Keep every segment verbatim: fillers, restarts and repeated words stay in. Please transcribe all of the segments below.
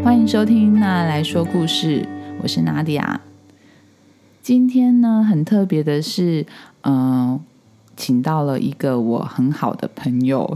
欢迎收听娜来说故事，我是娜迪亚。今天呢，很特别的是，嗯、呃，请到了一个我很好的朋友，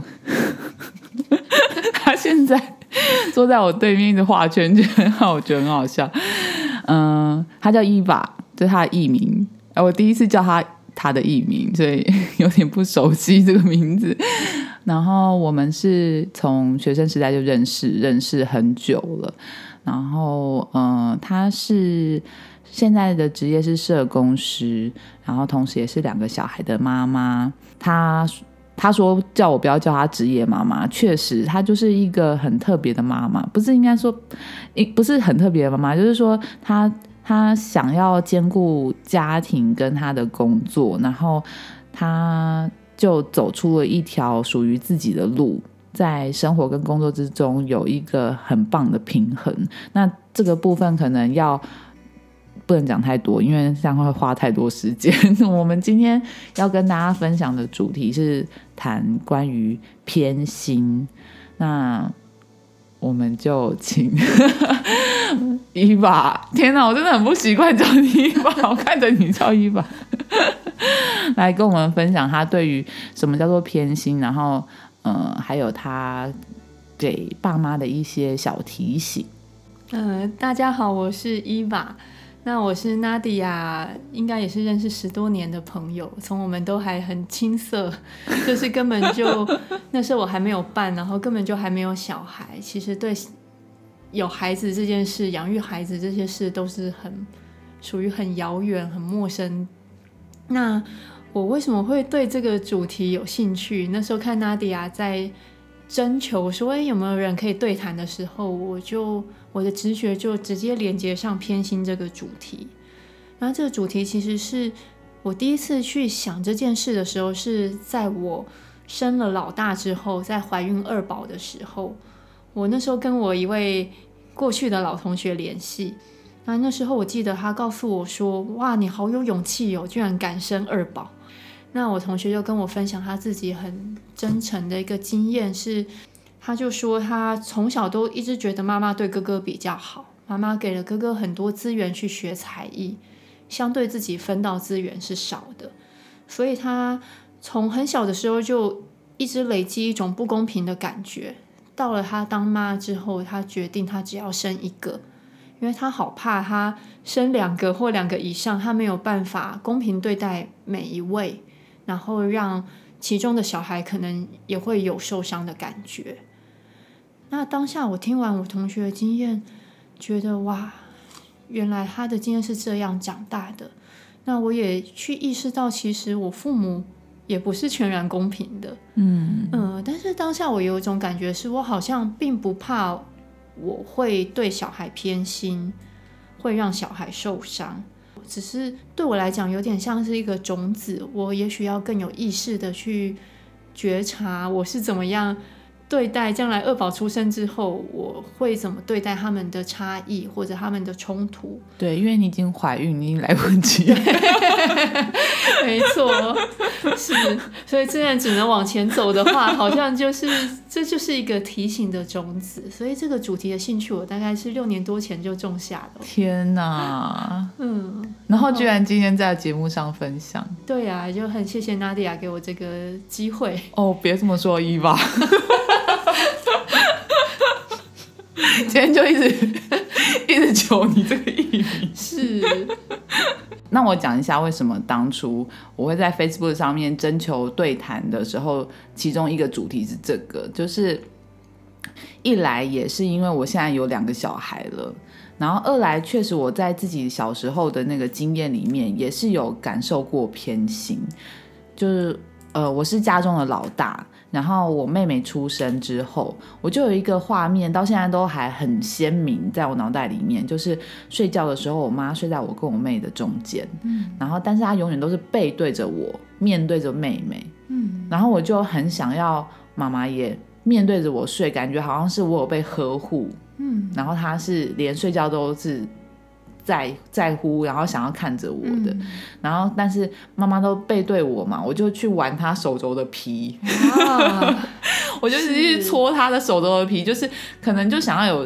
他现在坐在我对面一直画圈圈，我觉得很好笑。嗯、呃，他叫伊娃，这是他的艺名。我第一次叫他他的艺名，所以有点不熟悉这个名字。然后我们是从学生时代就认识，认识很久了。然后，呃，他是现在的职业是社工师，然后同时也是两个小孩的妈妈。他他说叫我不要叫他职业妈妈，确实，他就是一个很特别的妈妈，不是应该说，不是很特别的妈妈，就是说他他想要兼顾家庭跟他的工作，然后他就走出了一条属于自己的路，在生活跟工作之中有一个很棒的平衡。那这个部分可能要不能讲太多，因为这样会花太多时间。我们今天要跟大家分享的主题是谈关于偏心，那我们就请伊娃。天哪，我真的很不习惯叫你伊娃，我看着你叫伊娃来跟我们分享他对于什么叫做偏心，然后呃，还有他给爸妈的一些小提醒。 呃，大家好，我是伊娃。那我是娜迪亚，应该也是认识十多年的朋友，从我们都还很青涩，就是根本就那时候我还没有办，然后根本就还没有小孩，其实对有孩子这件事，养育孩子这些事都是很属于很遥远、很陌生。那我为什么会对这个主题有兴趣？那时候看娜迪亚在征求说诶有没有人可以对谈的时候，我就我的直觉就直接连接上偏心这个主题。然后这个主题其实是我第一次去想这件事的时候，是在我生了老大之后，在怀孕二宝的时候，我那时候跟我一位过去的老同学联系。那那时候我记得他告诉我说，哇，你好有勇气哦，居然敢生二宝。那我同学就跟我分享他自己很真诚的一个经验，是他就说他从小都一直觉得妈妈对哥哥比较好，妈妈给了哥哥很多资源去学才艺，相对自己分到资源是少的，所以他从很小的时候就一直累积一种不公平的感觉。到了他当妈之后，他决定他只要生一个，因为他好怕他生两个或两个以上，他没有办法公平对待每一位，然后让其中的小孩可能也会有受伤的感觉。那当下我听完我同学的经验，觉得哇，原来他的经验是这样长大的。那我也去意识到，其实我父母也不是全然公平的。嗯嗯，但是当下我有一种感觉，是我好像并不怕我会对小孩偏心，会让小孩受伤。只是对我来讲有点像是一个种子，我也许要更有意识的去觉察我是怎么样对待将来二宝出生之后，我会怎么对待他们的差异或者他们的冲突。 对，因为你已经怀孕，你已经来不及了。 没错，是，所以既然只能往前走的话，好像就是这就是一个提醒的种子。所以这个主题的兴趣，我大概是六年多前就种下了。 天哪， 嗯， 然后居然今天在节目上分享。 对啊，就很谢谢娜迪亚给我这个机会。 哦，别这么说，伊娃。今天就一直一直求你这个艺名。 是。 那我讲一下为什么当初我会在 Facebook 上面征求对谈的时候，其中一个主题是这个，就是一来也是因为我现在有两个小孩了，然后二来确实我在自己小时候的那个经验里面也是有感受过偏心，就是呃，我是家中的老大，然后我妹妹出生之后，我就有一个画面到现在都还很鲜明在我脑袋里面，就是睡觉的时候我妈睡在我跟我妹的中间、嗯、然后但是她永远都是背对着我，面对着妹妹、嗯、然后我就很想要妈妈也面对着我睡，感觉好像是我有被呵护、嗯、然后她是连睡觉都是在在乎，然后想要看着我的、嗯、然后但是妈妈都背对我嘛，我就去玩她手肘的皮、啊、我就直接去搓她的手肘的皮，就是可能就想要有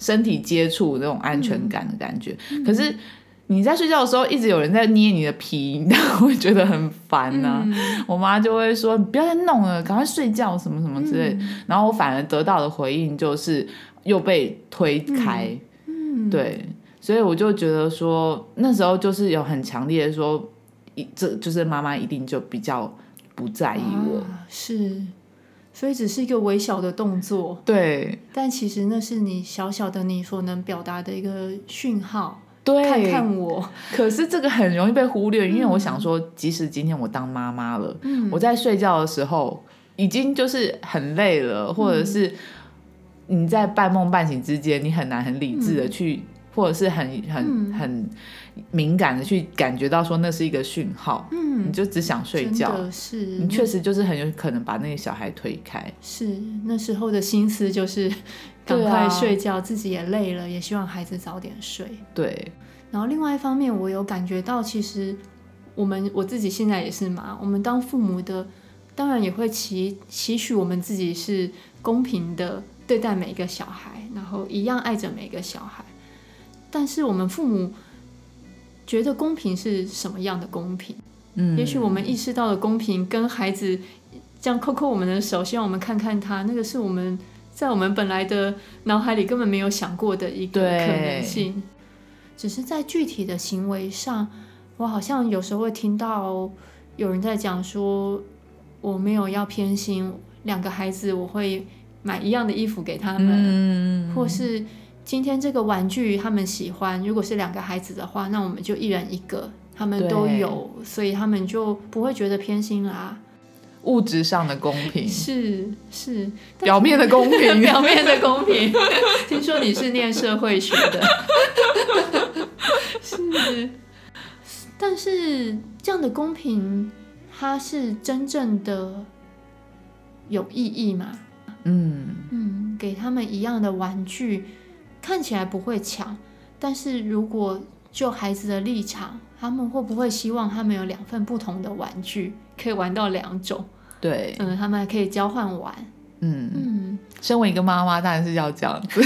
身体接触那种安全感的感觉、嗯、可是你在睡觉的时候一直有人在捏你的皮，你会觉得很烦啊、嗯、我妈就会说你不要再弄了，赶快睡觉什么什么之类的、嗯、然后我反而得到的回应就是又被推开、嗯嗯、对，所以我就觉得说那时候就是有很强烈的说这就是妈妈一定就比较不在意我、 啊、是，所以只是一个微小的动作， 对， 但其实那是你小小的你所能表达的一个讯号， 对， 看看我。 可是这个很容易被忽略、嗯、因为我想说即使今天我当妈妈了、嗯、我在睡觉的时候已经就是很累了，或者是你在半梦半醒之间你很难很理智的去、嗯、或者是很很、嗯、很敏感的去感觉到说那是一个讯号、嗯、你就只想睡觉， 真的是你确实就是很有可能把那个小孩推开， 是那时候的心思就是赶快睡觉、啊、自己也累了，也希望孩子早点睡。 对， 然后另外一方面我有感觉到其实我们我自己现在也是嘛，我们当父母的当然也会期期许我们自己是公平的对待每一个小孩，然后一样爱着每一个小孩，但是我们父母觉得公平是什么样的公平、嗯、也许我们意识到的公平跟孩子这样扣扣我们的手希望我们看看他，那个是我们在我们本来的脑海里根本没有想过的一个可能性，只是在具体的行为上我好像有时候会听到有人在讲说我没有要偏心，两个孩子我会买一样的衣服给他们、嗯、或是今天这个玩具他们喜欢，如果是两个孩子的话那我们就一人一个，他们都有，所以他们就不会觉得偏心啦。 物质上的公平是是表面的公平表面的公平听说你是念社会学的是，但是这样的公平它是真正的有意义吗？嗯嗯，给他们一样的玩具看起来不会抢，但是如果就孩子的立场，他们会不会希望他们有两份不同的玩具可以玩到两种？ 对， 嗯，他们还可以交换玩。 嗯嗯，身为一个妈妈当然是要这样子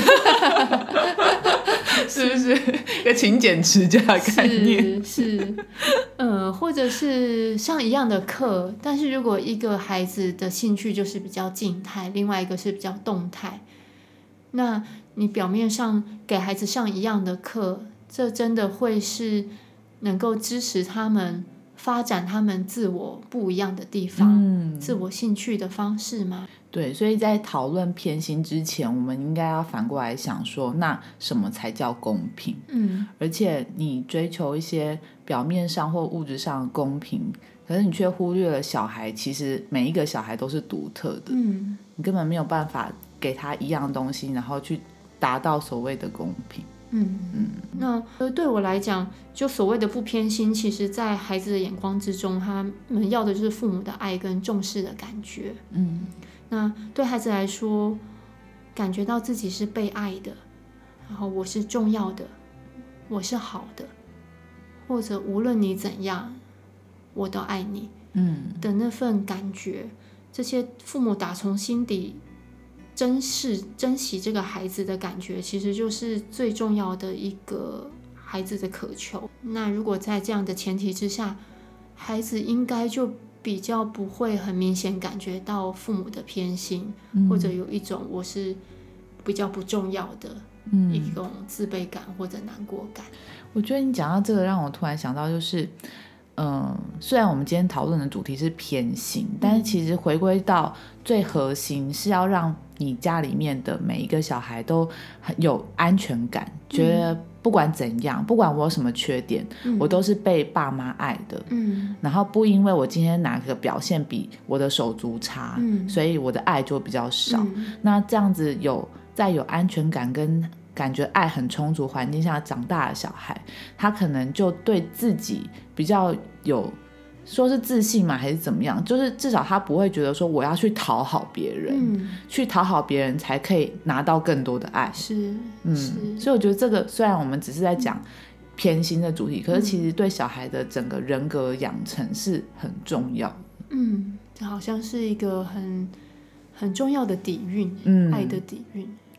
是不是一个勤俭持家的概念？ 是是，呃，或者是上一样的课，但是如果一个孩子的兴趣就是比较静态，另外一个是比较动态，那你表面上给孩子上一样的课，这真的会是能够支持他们发展他们自我不一样的地方、嗯、自我兴趣的方式吗？ 对，所以在讨论偏心之前，我们应该要反过来想说，那什么才叫公平？嗯，而且你追求一些表面上或物质上的公平，可是你却忽略了小孩，其实每一个小孩都是独特的，嗯，你根本没有办法给他一样东西，然后去达到所谓的公平。 嗯嗯，那对我来讲，就所谓的不偏心，其实在孩子的眼光之中，他们要的就是父母的爱跟重视的感觉。嗯，那对孩子来说，感觉到自己是被爱的，然后我是重要的，我是好的，或者无论你怎样，我都爱你，嗯的那份感觉，这些父母打从心底珍视珍惜这个孩子的感觉，其实就是最重要的一个孩子的渴求。那如果在这样的前提之下，孩子应该就比较不会很明显感觉到父母的偏心、嗯、或者有一种我是比较不重要的一种自卑感或者难过感、嗯、 我觉得你讲到这个让我突然想到就是嗯，虽然我们今天讨论的主题是偏心、嗯、但是其实回归到最核心是要让你家里面的每一个小孩都很有安全感、嗯、觉得不管怎样，不管我有什么缺点、嗯、我都是被爸妈爱的、嗯、然后不因为我今天哪个表现比我的手足差、嗯、所以我的爱就比较少、嗯、那这样子有在有安全感跟感觉爱很充足环境下长大的小孩，他可能就对自己比较有说是自信嘛还是怎么样，就是至少他不会觉得说我要去讨好别人、嗯、去讨好别人才可以拿到更多的爱， 是嗯是，所以我觉得这个虽然我们只是在讲偏心的主题、嗯、可是其实对小孩的整个人格养成是很重要的。 嗯，这好像是一个很很重要的底蕴、嗯、爱的底蕴。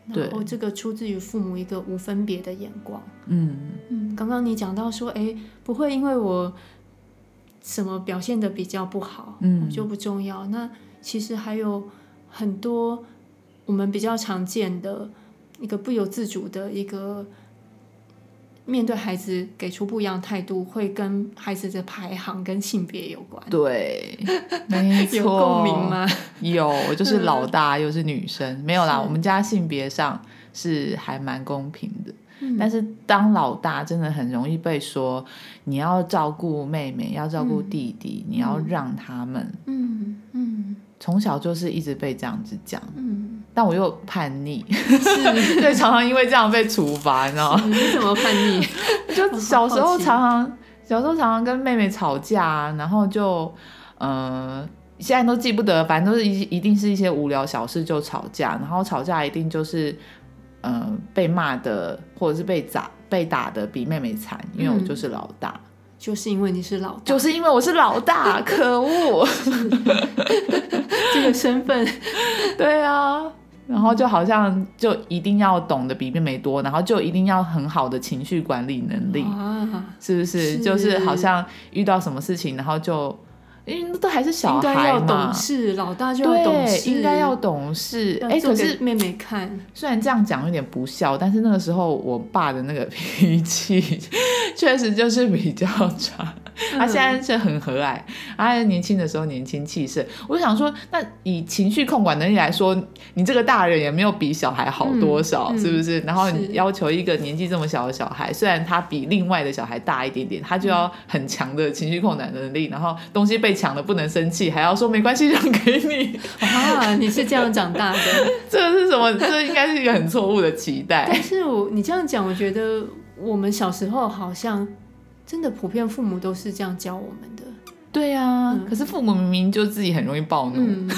然后这个出自于父母一个无分别的眼光。 嗯嗯，刚刚你讲到说，哎，不会因为我什么表现的比较不好，嗯，我就不重要。那其实还有很多我们比较常见的一个不由自主的一个面对孩子给出不一样态度，会跟孩子的排行跟性别有关。 对，没错。 有共鸣吗？ 有，我就是老大又是女生，没有啦，我们家性别上是还蛮公平的。嗯、但是当老大真的很容易被说你要照顾妹妹，要照顾弟弟，嗯、你要让他们。嗯嗯，从小就是一直被这样子讲。嗯，但我又叛逆，是，对，常常因为这样被处罚，你知道吗？ 你怎么叛逆？ 就小时候常常，小时候常常跟妹妹吵架，然后就，呃，现在都记不得，反正都是一一定是一些无聊小事就吵架，然后吵架一定就是，呃，被骂的或者是被打被打的比妹妹惨，因为我就是老大。嗯， 就是因为你是老大， 就是因为我是老大，可恶！ 这个身份， 对啊，然后就好像就一定要懂得比妹妹多，然后就一定要很好的情绪管理能力，是不是？是就是好像遇到什么事情，然后就。因为都还是小孩嘛，应该要懂事，老大就要懂事， 对，应该要懂事。哎， 可是妹妹看， 虽然这样讲有点不孝，但是那个时候我爸的那个脾气确实就是比较差。他、嗯、现在是很和蔼，他年轻的时候年轻气盛。我就想说，那以情绪控管能力来说，你这个大人也没有比小孩好多少，嗯、是不是？然后你要求一个年纪这么小的小孩，虽然他比另外的小孩大一点点，他就要很强的情绪控管能力，然后东西被抢了不能生气，还要说没关系让给你。 啊，你是这样长大的？ 这个是什么？这应该是一个很错误的期待。 但是我你这样讲，我觉得我们小时候好像真的普遍父母都是这样教我们的。 对啊、嗯、可是父母明明就自己很容易暴怒。嗯、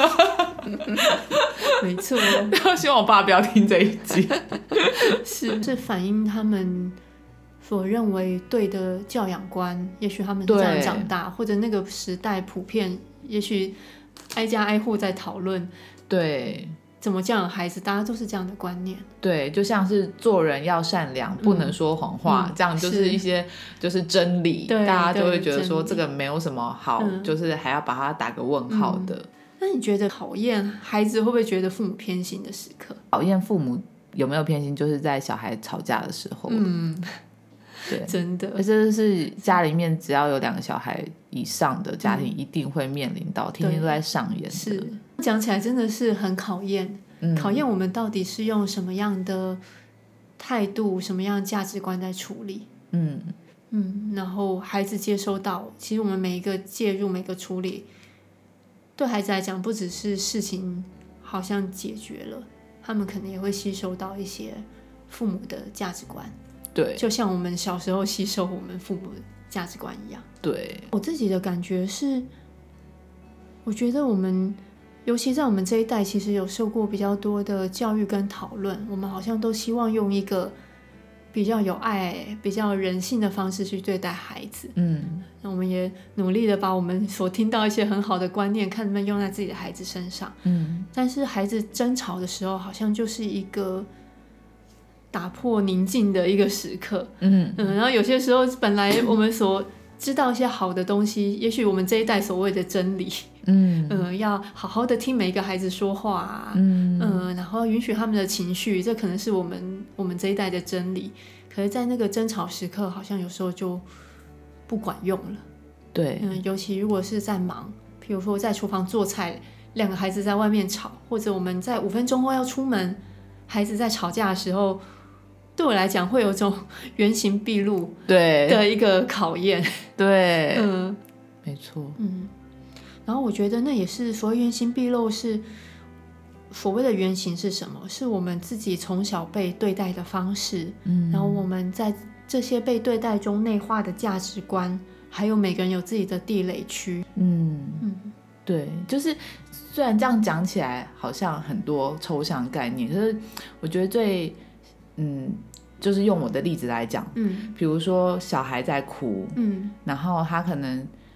没错。 希望我爸不要听这一集。 是是反映他们所认为对的教养观，也许他们这样长大，或者那个时代普遍，也许挨家挨户在讨论， 对， 怎么教养孩子，大家都是这样的观念。 对，就像是做人要善良，嗯、不能说谎话，嗯、这样就是一些就是真理，大家就会觉得说这个没有什么好，就是还要把它打个问号的。嗯、 那你觉得讨厌孩子会不会觉得父母偏心的时刻？ 讨厌父母有没有偏心，就是在小孩吵架的时候。嗯。对， 真的， 这是家里面只要有两个小孩以上的家庭一定会面临到，嗯、天天都在上演的。 是，讲起来真的是很考验，嗯、考验我们到底是用什么样的态度、什么样的价值观在处理。嗯嗯，然后孩子接收到，其实我们每一个介入、每个处理，对孩子来讲，不只是事情好像解决了，他们可能也会吸收到一些父母的价值观。 对， 就像我们小时候吸收我们父母的价值观一样。 对， 我自己的感觉是，我觉得我们尤其在我们这一代，其实有受过比较多的教育跟讨论，我们好像都希望用一个比较有爱、比较人性的方式去对待孩子。嗯，那我们也努力的把我们所听到一些很好的观念，看能不能用在自己的孩子身上。嗯，但是孩子争吵的时候，好像就是一个打破宁静的一个时刻。嗯嗯，然后有些时候本来我们所知道一些好的东西，也许我们这一代所谓的真理，嗯嗯，要好好的听每一个孩子说话啊，嗯嗯，然后允许他们的情绪，这可能是我们我们这一代的真理。可是在那个争吵时刻，好像有时候就不管用了。 对， 嗯，尤其如果是在忙，比如说在厨房做菜，两个孩子在外面吵，或者我们在五分钟后要出门，孩子在吵架的时候，对我来讲会有种原形毕露的一个考验。 对，嗯，没错。 嗯，然后我觉得那也是所谓原形毕露，是所谓的原型是什么？是我们自己从小被对待的方式，嗯，然后我们在这些被对待中内化的价值观，还有每个人有自己的地雷区。嗯嗯，对，就是虽然这样讲起来好像很多抽象概念，可是我觉得最嗯。就是用我的例子来讲，嗯，比如说小孩在哭，嗯，然后他可能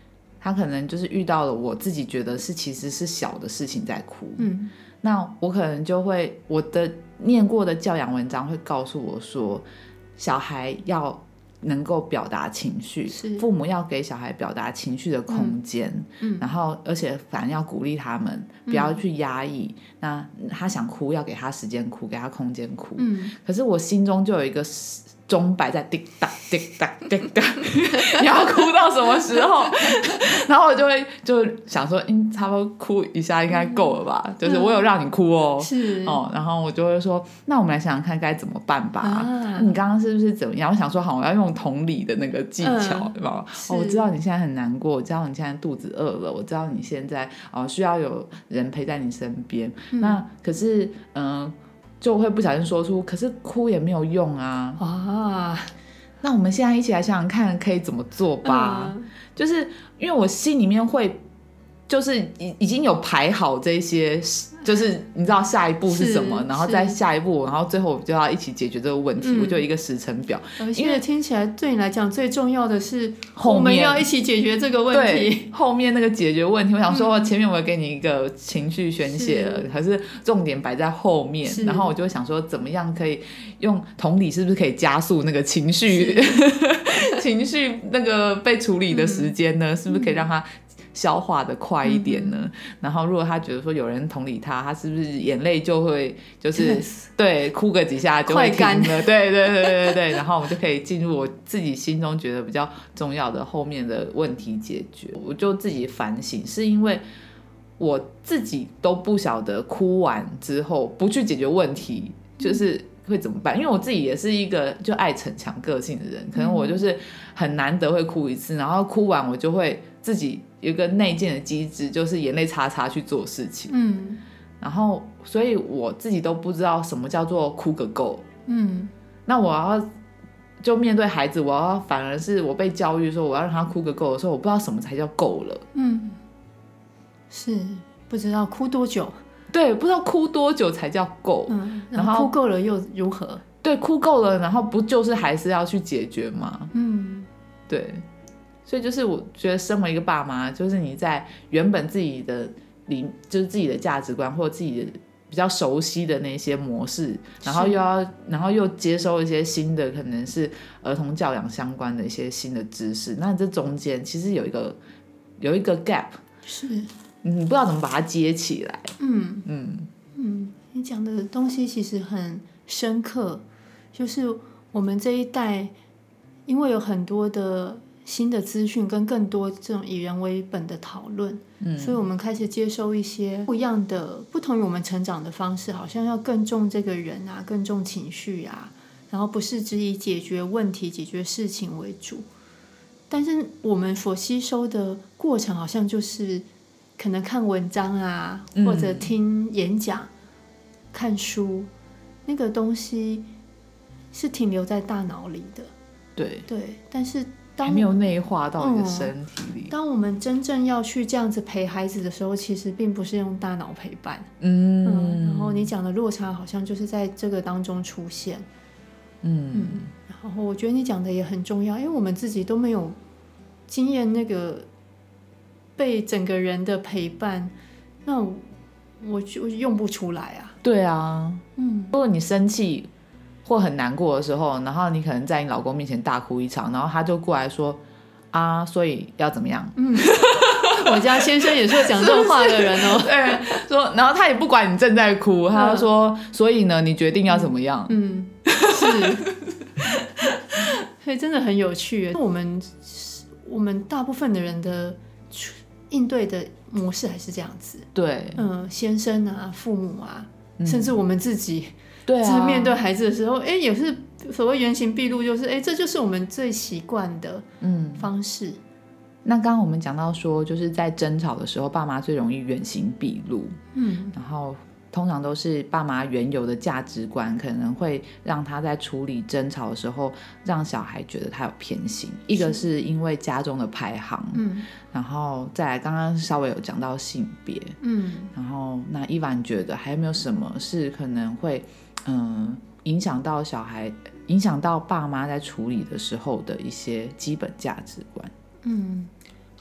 他可能就是遇到了我自己觉得是其实是小的事情在哭， 嗯， 那我可能就会我的念过的教养文章会告诉我说，小孩要能够表达情绪，父母要给小孩表达情绪的空间、嗯嗯、然后而且反正要鼓励他们不要去压抑、嗯、那他想哭要给他时间哭，给他空间哭、嗯、可是我心中就有一个钟摆在滴答滴答滴答你要哭到什么时候然后我就会就想说嗯，差不多哭一下应该够了吧、嗯、就是我有让你哭哦， 是哦，然后我就会说那我们来想想看该怎么办吧、啊、你刚刚是不是怎么样，我想说好我要用同理的那个技巧、嗯哦、我知道你现在很难过，我知道你现在肚子饿了，我知道你现在、哦、需要有人陪在你身边、嗯、那可是嗯、呃就会不小心说出可是哭也没有用啊啊！那我们现在一起来想想看可以怎么做吧、嗯、就是因为我心里面会就是已已经有排好这些，就是你知道下一步是什么，然后再下一步，然后最后我就要一起解决这个问题、嗯、我就有一个时程表。 因为听起来对你来讲最重要的是我们要一起解决这个问题， 对，后面那个解决问题我想说前面我给你一个情绪宣泄了、嗯、可是重点摆在后面，然后我就想说怎么样可以用同理是不是可以加速那个情绪情绪那个被处理的时间呢、嗯、是不是可以让他消化的快一点呢、嗯、然后如果他觉得说有人同理他，他是不是眼泪就会就是对哭个几下就会停了，对对对对对然后我们就可以进入我自己心中觉得比较重要的后面的问题解决。我就自己反省，是因为我自己都不晓得哭完之后不去解决问题就是会怎么办，因为我自己也是一个就爱逞强个性的人，可能我就是很难得会哭一次，然后哭完我就会自己有一个内建的机制，就是眼泪擦擦去做事情，嗯，然后所以我自己都不知道什么叫做哭个够，嗯，那我要就面对孩子，我要反而是我被教育说我要让他哭个够的时候，我不知道什么才叫够了，嗯， 是不知道哭多久， 对，不知道哭多久才叫够、 嗯、然后哭够了又如何， 对，哭够了然后不就是还是要去解决吗？嗯，对，所以就是我觉得身为一个爸妈，就是你在原本自己的里就是自己的价值观或自己的比较熟悉的那些模式，然后又要然后又接收一些新的可能是儿童教养相关的一些新的知识，那这中间其实有一个有一个 gap， 是你不知道怎么把它接起来。嗯嗯嗯，你讲的东西其实很深刻，就是我们这一代因为有很多的新的资讯跟更多这种以人为本的讨论、嗯、所以我们开始接收一些不一样的不同于我们成长的方式，好像要更重这个人啊，更重情绪啊，然后不是只以解决问题解决事情为主，但是我们所吸收的过程好像就是可能看文章啊，或者听演讲、嗯、看书，那个东西是停留在大脑里的， 对对， 但是当还没有内化到你的身体里、嗯、 当我们真正要去这样子陪孩子的时候，其实并不是用大脑陪伴， 嗯, 嗯然后你讲的落差好像就是在这个当中出现， 嗯, 嗯然后我觉得你讲的也很重要，因为我们自己都没有经验那个被整个人的陪伴，那 我, 我就用不出来啊。 对啊，嗯，如果你生气或很难过的时候，然后你可能在你老公面前大哭一场，然后他就过来说啊，所以要怎么样？嗯， 我家先生也是会讲这种话的人哦。 对，说，然后他也不管你正在哭，他就说，嗯、所以呢，你决定要怎么样？嗯，嗯是，所以真的很有趣。我们我们大部分的人的应对的模式还是这样子。对，嗯，先生啊，父母啊，嗯、甚至我们自己。对啊，就是面对孩子的时候，哎，也是所谓原形毕露，就是哎，这就是我们最习惯的方式。嗯、 那刚刚我们讲到说，就是在争吵的时候，爸妈最容易原形毕露。嗯，然后通常都是爸妈原有的价值观，可能会让他在处理争吵的时候，让小孩觉得他有偏心。一个是因为家中的排行，嗯，然后再来刚刚稍微有讲到性别，嗯，然后那伊凡觉得还有没有什么是可能会嗯，影响到小孩，影响到爸妈在处理的时候的一些基本价值观。 嗯，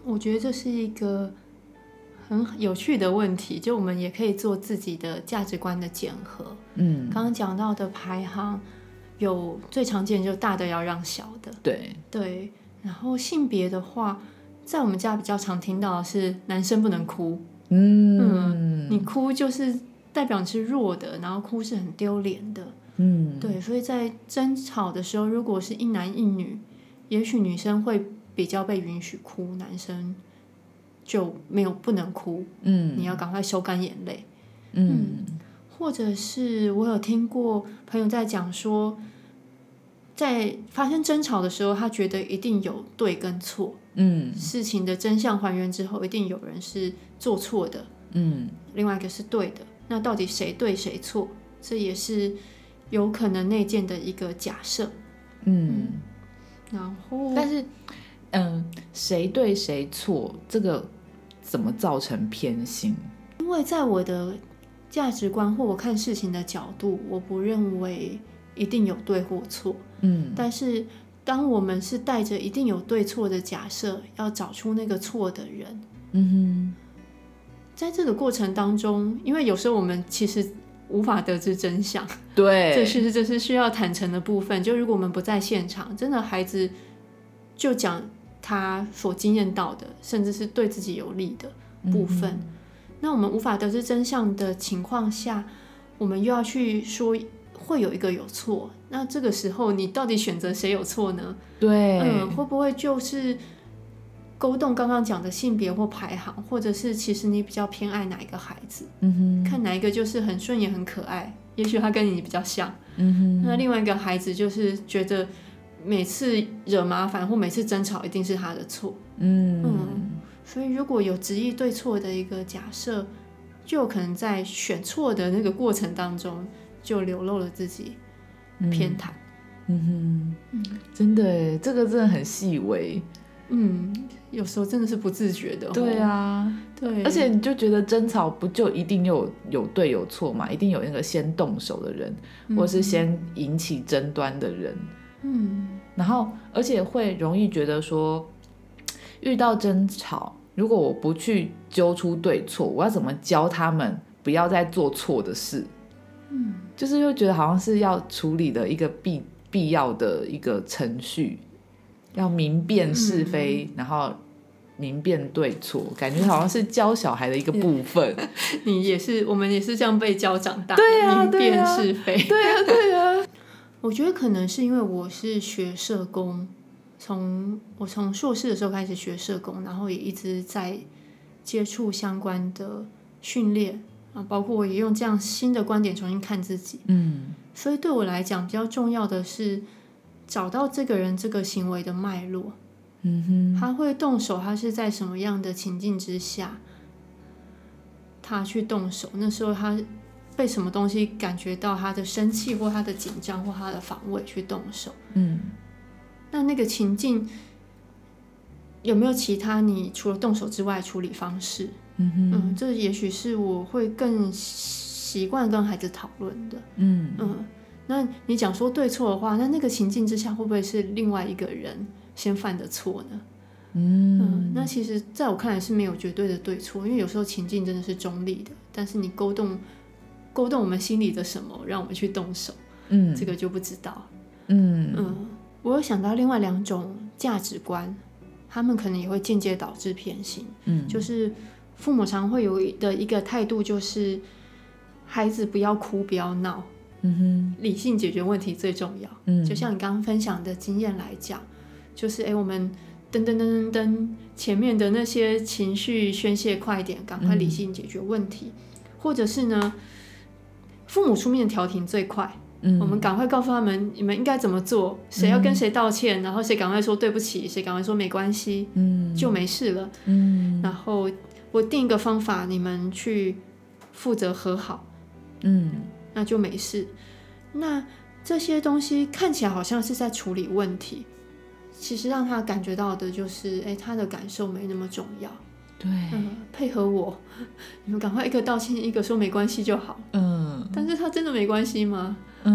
我觉得这是一个很有趣的问题，就我们也可以做自己的价值观的检核。 嗯， 刚刚讲到的排行，有最常见就大的要让小的， 对对。然后性别的话，在我们家比较常听到的是男生不能哭， 嗯嗯，你哭就是代表你是弱的，然后哭是很丢脸的， 嗯， 对。所以在争吵的时候，如果是一男一女，也许女生会比较被允许哭，男生就没有不能哭， 嗯， 你要赶快收干眼泪， 嗯， 或者是我有听过朋友在讲说，在发生争吵的时候，他觉得一定有对跟错， 嗯， 事情的真相还原之后，一定有人是做错的， 嗯， 另外一个是对的，那到底谁对谁错，这也是有可能内建的一个假设， 嗯， 然后但是，嗯，谁对谁错，这个怎么造成偏心？ 因为在我的价值观或我看事情的角度，我不认为一定有对或错， 嗯， 但是当我们是带着一定有对错的假设，要找出那个错的人， 嗯在这个过程当中，因为有时候我们其实无法得知真相， 哼，对， 这是这是需要坦诚的部分。就如果我们不在现场，真的孩子就讲他所经验到的，甚至是对自己有利的部分，嗯、那我们无法得知真相的情况下，我们又要去说会有一个有错，那这个时候你到底选择谁有错呢？ 对， 嗯，会不会就是勾动刚刚讲的性别或排行，或者是其实你比较偏爱哪一个孩子， 嗯哼， 看哪一个就是很顺眼很可爱，也许他跟你比较像， 嗯哼， 那另外一个孩子就是觉得每次惹麻烦或每次争吵一定是他的错， 嗯嗯，所以如果有执意对错的一个假设，就有可能在选错的那个过程当中就流露了自己偏袒， 嗯哼，嗯，真的耶，这个真的很细微，嗯， 有时候真的是不自觉的， 对啊， 对， 而且你就觉得争吵不就一定有有对有错嘛，一定有那个先动手的人，嗯、或者是先引起争端的人，嗯，然后而且会容易觉得说，遇到争吵，如果我不去揪出对错，我要怎么教他们不要再做错的事？嗯，就是会觉得好像是要处理的一个必必要的一个程序，要明辨是非，嗯、然后明辨对错，感觉好像是教小孩的一个部分。 你也是，我们也是这样被教长大， 对啊， 明辨是非， 对啊，对啊。 我觉得可能是因为我是学社工，从我从硕士的时候开始学社工，然后也一直在接触相关的训练啊，包括我也用这样新的观点重新看自己。嗯，所以对我来讲，比较重要的是找到这个人这个行为的脉络。嗯哼，他会动手，他是在什么样的情境之下，他去动手？那时候他被什么东西感觉到他的生气，或他的紧张，或他的防卫去动手？嗯，那那个情境有没有其他你除了动手之外的处理方式？嗯哼，嗯，这也许是我会更习惯跟孩子讨论的。嗯嗯，那你讲说对错的话，那那个情境之下会不会是另外一个人先犯的错呢？ 嗯, 嗯，那其实在我看来是没有绝对的对错，因为有时候情境真的是中立的，但是你勾动勾动我们心里的什么，让我们去动手，嗯，这个就不知道。嗯嗯，我有想到另外两种价值观，他们可能也会间接导致偏心。嗯，就是父母常会有的一个态度，就是孩子不要哭不要闹，嗯哼，理性解决问题最重要。嗯，就像你刚刚分享的经验来讲，就是哎，我们噔噔噔噔噔，前面的那些情绪宣泄快一点，赶快理性解决问题，嗯、或者是呢，父母出面调停最快。嗯、我们赶快告诉他们你们应该怎么做，谁要跟谁道歉，嗯、然后谁赶快说对不起，谁赶快说没关系，嗯、就没事了。嗯、然后我定一个方法，你们去负责和好，嗯，那就没事。那这些东西看起来好像是在处理问题，其实让他感觉到的就是，哎，他的感受没那么重要。对，嗯，配合我，你们赶快一个道歉，一个说没关系就好。嗯，但是他真的没关系吗？嗯，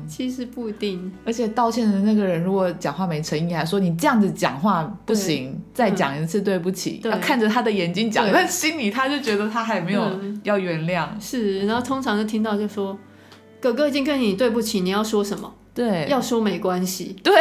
嗯， 其实不一定。 而且道歉的那个人如果讲话没诚意，还说你这样子讲话不行，再讲一次对不起，要看着他的眼睛讲，但心里他就觉得他还没有要原谅、嗯、 是，然后通常就听到就说哥哥已经跟你对不起，你要说什么？ 对， 要说没关系。 对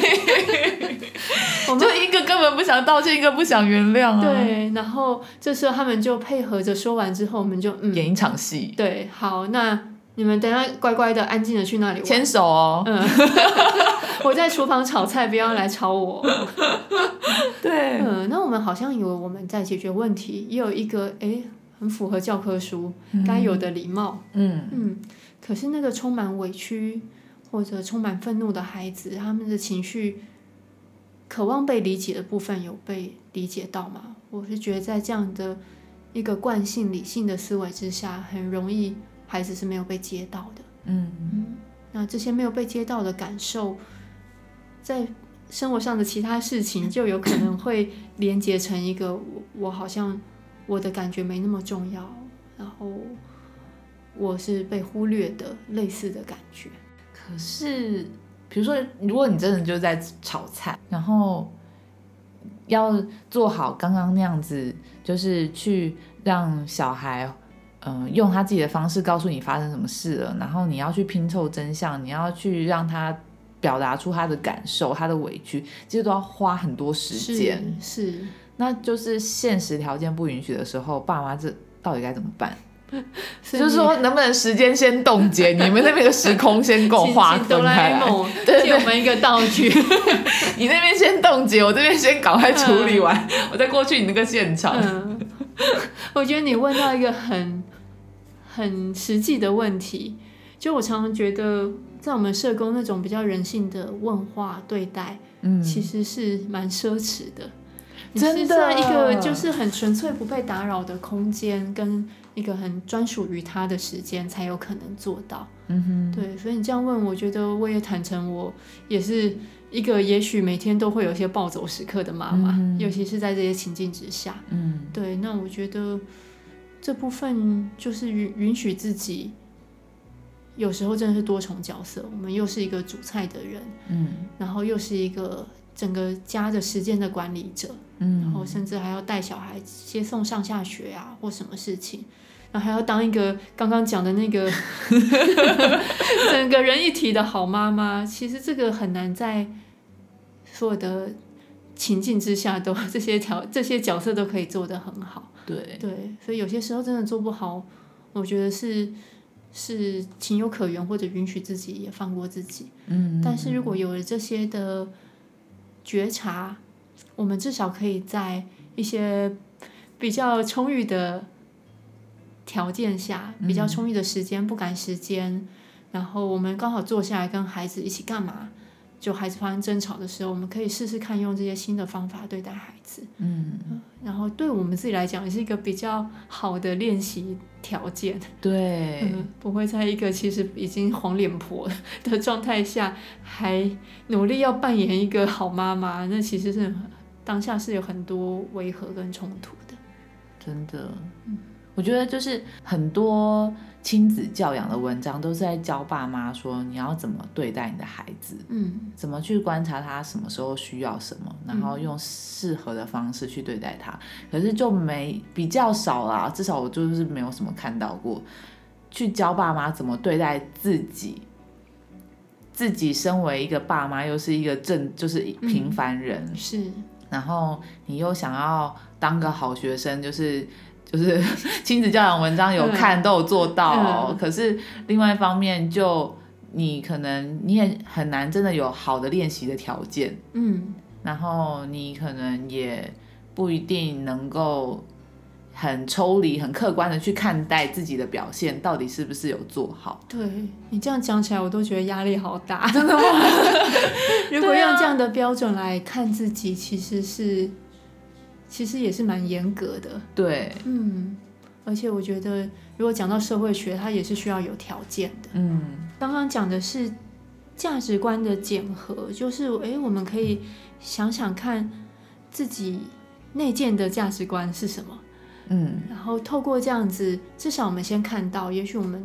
我们就一个根本不想道歉，一个不想原谅啊。 对，然后这时候他们就配合着说完之后，我们就、嗯、 演一场戏。对， 好，那你们等一下乖乖的安静的去那里玩， 牵手哦。 嗯，我在厨房炒菜，不要来吵我。 对， 嗯，那我们好像以为我们在解决问题，也有一个哎很符合教科书该有的礼貌。嗯嗯，可是那个充满委屈或者充满愤怒的孩子，他们的情绪渴望被理解的部分有被理解到吗？我是觉得在这样的一个惯性理性的思维之下，很容易孩子是没有被接到的。嗯嗯，那这些没有被接到的感受，在生活上的其他事情就有可能会连结成一个我我好像我的感觉没那么重要，然后我是被忽略的类似的感觉。 可是比如说如果你真的就在炒菜，然后要做好刚刚那样子，就是去让小孩嗯、呃，用他自己的方式告诉你发生什么事了，然后你要去拼凑真相，你要去让他表达出他的感受他的委屈，其实都要花很多时间。 是，是那就是现实条件不允许的时候，爸妈这到底该怎么办？就是说能不能时间先冻结，你们那边的时空先跟我划分开来， 对，借我们一个道具。 你那边先冻结，我这边先赶快处理完、嗯、我再过去你那个现场、 嗯、我觉得你问到一个很很实际的问题，就我常常觉得在我们社工那种比较人性的问话对待、嗯、其实是蛮奢侈的。 真的， 你是在一个就是很纯粹不被打扰的空间跟一个很专属于他的时间才有可能做到。嗯哼，对，所以你这样问，我觉得我也坦诚，我也是一个也许每天都会有一些暴走时刻的妈妈、嗯、尤其是在这些情境之下。嗯，对，那我觉得这部分就是允许自己有时候真的是多重角色，我们又是一个煮菜的人，嗯，然后又是一个整个家的时间的管理者，嗯，然后甚至还要带小孩接送上下学啊，或什么事情，然后还要当一个刚刚讲的那个整个人一体的好妈妈。其实这个很难在所有的情境之下都这些条这些角色都可以做得很好。 对对，所以有些时候真的做不好，我觉得是是情有可原，或者允许自己也放过自己。嗯，但是如果有了这些的觉察，我们至少可以在一些比较充裕的条件下，比较充裕的时间，不赶时间，然后我们刚好坐下来跟孩子一起干嘛，就孩子发生争吵的时候，我们可以试试看用这些新的方法对待孩子。嗯，然后对我们自己来讲也是一个比较好的练习条件。 对、 嗯，不会在一个其实已经黄脸婆的状态下还努力要扮演一个好妈妈，那其实是当下是有很多违和跟冲突的。 真的、嗯、我觉得就是很多亲子教养的文章都是在教爸妈说你要怎么对待你的孩子，嗯，怎么去观察他什么时候需要什么，然后用适合的方式去对待他、嗯、可是就没比较少啦，至少我就是没有什么看到过去教爸妈怎么对待自己，自己身为一个爸妈又是一个正就是平凡人、嗯、 是， 然后你又想要当个好学生，就是就是亲子教养文章有看、嗯、都有做到、哦嗯、可是另外一方面就你可能你也很难真的有好的练习的条件，嗯，然后你可能也不一定能够很抽离很客观的去看待自己的表现到底是不是有做好。 对，你这样讲起来我都觉得压力好大。 真的吗？ 如果用这样的标准来看自己，其实是其实也是蛮严格的。 对， 嗯，而且我觉得如果讲到社会学，它也是需要有条件的。嗯，刚刚讲的是价值观的检核，就是诶我们可以想想看自己内建的价值观是什么。嗯，然后透过这样子，至少我们先看到，也许我们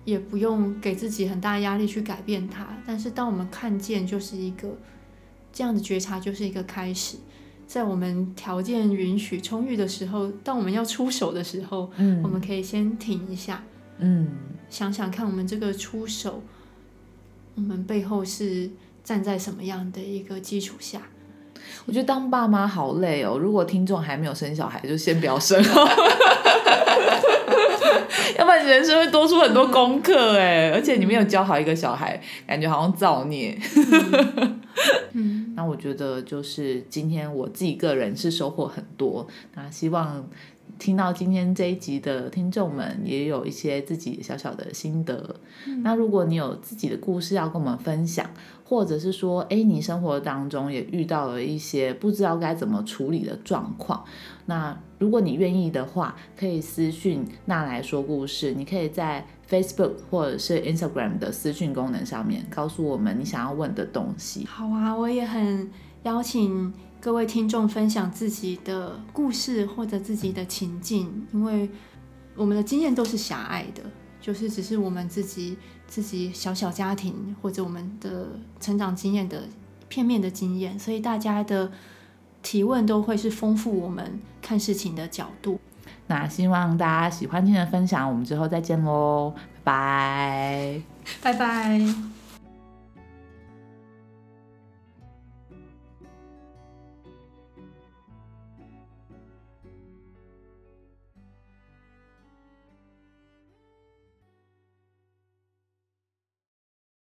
也不用给自己很大压力去改变它。但是当我们看见，就是一个这样的觉察，就是一个开始。在我们条件允许充裕的时候，当我们要出手的时候，嗯，我们可以先停一下，嗯，想想看我们这个出手，我们背后是站在什么样的一个基础下。 我觉得当爸妈好累哦，如果听众还没有生小孩就先不要生要不然人生会多出很多功课哎、嗯，而且你没有教好一个小孩，感觉好像造孽。嗯，那我觉得就是今天我自己个人是收获很多，那希望听到今天这一集的听众们也有一些自己小小的心得、嗯、那如果你有自己的故事要跟我们分享，或者是说哎，你生活当中也遇到了一些不知道该怎么处理的状况，那如果你愿意的话，可以私讯娜来说故事，你可以在 Facebook 或者是 Instagram 的私讯功能上面告诉我们你想要问的东西。 好啊，我也很邀请各位听众分享自己的故事或者自己的情境，因为我们的经验都是狭隘的，就是只是我们自己自己小小家庭或者我们的成长经验的片面的经验，所以大家的提问都会是丰富我们看事情的角度。 那希望大家喜欢今天的分享，我们之后再见咯，拜拜， 拜拜。